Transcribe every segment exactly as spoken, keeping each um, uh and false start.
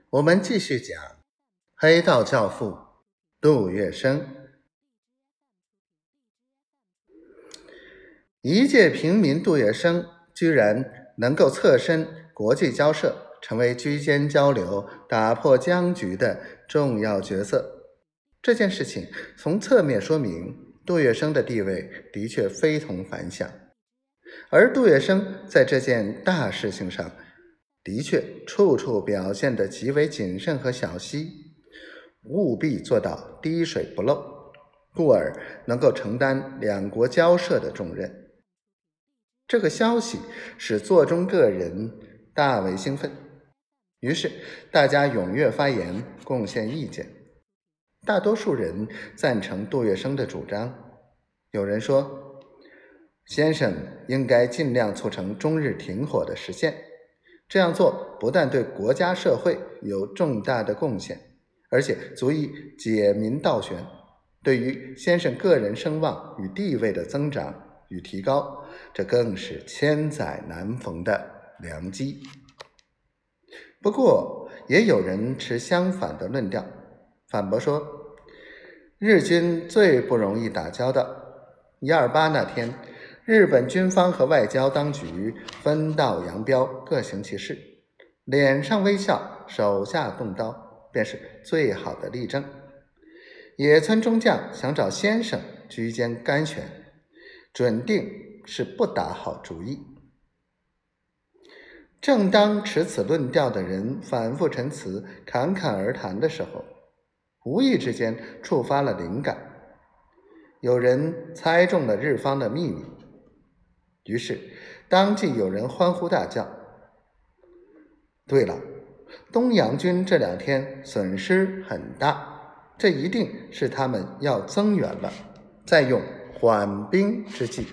我们继续讲黑道教父杜月笙。一介平民杜月笙居然能够侧身国际交涉，成为居间交流打破僵局的重要角色。这件事情从侧面说明杜月笙的地位的确非同凡响，而杜月笙在这件大事情上的确处处表现得极为谨慎和小心，务必做到滴水不漏，故而能够承担两国交涉的重任。这个消息使座中各人大为兴奋，于是大家踊跃发言，贡献意见。大多数人赞成杜月笙的主张，有人说，先生应该尽量促成中日停火的实现，这样做不但对国家社会有重大的贡献，而且足以解民倒悬，对于先生个人声望与地位的增长与提高，这更是千载难逢的良机。不过也有人持相反的论调，反驳说，日军最不容易打交道。一二八那天，日本军方和外交当局分道扬镳，各行其事，脸上微笑，手下动刀，便是最好的例证。野村中将想找先生居间干旋，准定是不打好主意。正当持此论调的人反复陈词，侃侃而谈的时候，无意之间触发了灵感，有人猜中了日方的秘密，于是当即有人欢呼大叫，对了，东洋军这两天损失很大，这一定是他们要增援了，再用缓兵之计。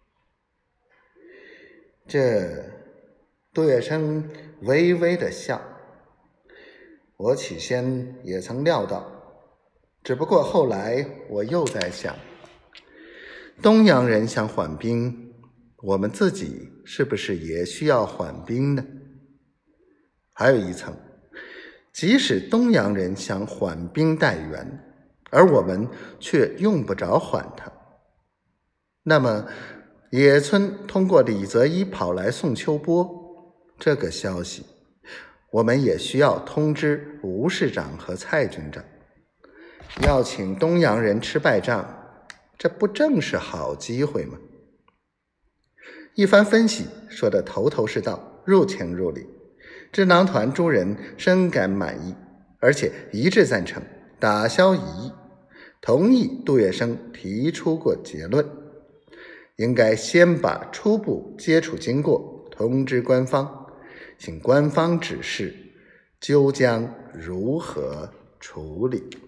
这杜月笙微微的笑，我起先也曾料到，只不过后来我又在想，东洋人想缓兵，我们自己是不是也需要缓兵呢？还有一层，即使东洋人想缓兵待援，而我们却用不着缓他，那么野村通过李泽一跑来送秋波，这个消息我们也需要通知吴市长和蔡军长，要请东洋人吃败仗，这不正是好机会吗？一番分析说得头头是道，入情入理，智囊团诸人深感满意，而且一致赞成打消疑义，同意杜月笙提出过结论，应该先把初步接触经过通知官方，请官方指示究将如何处理。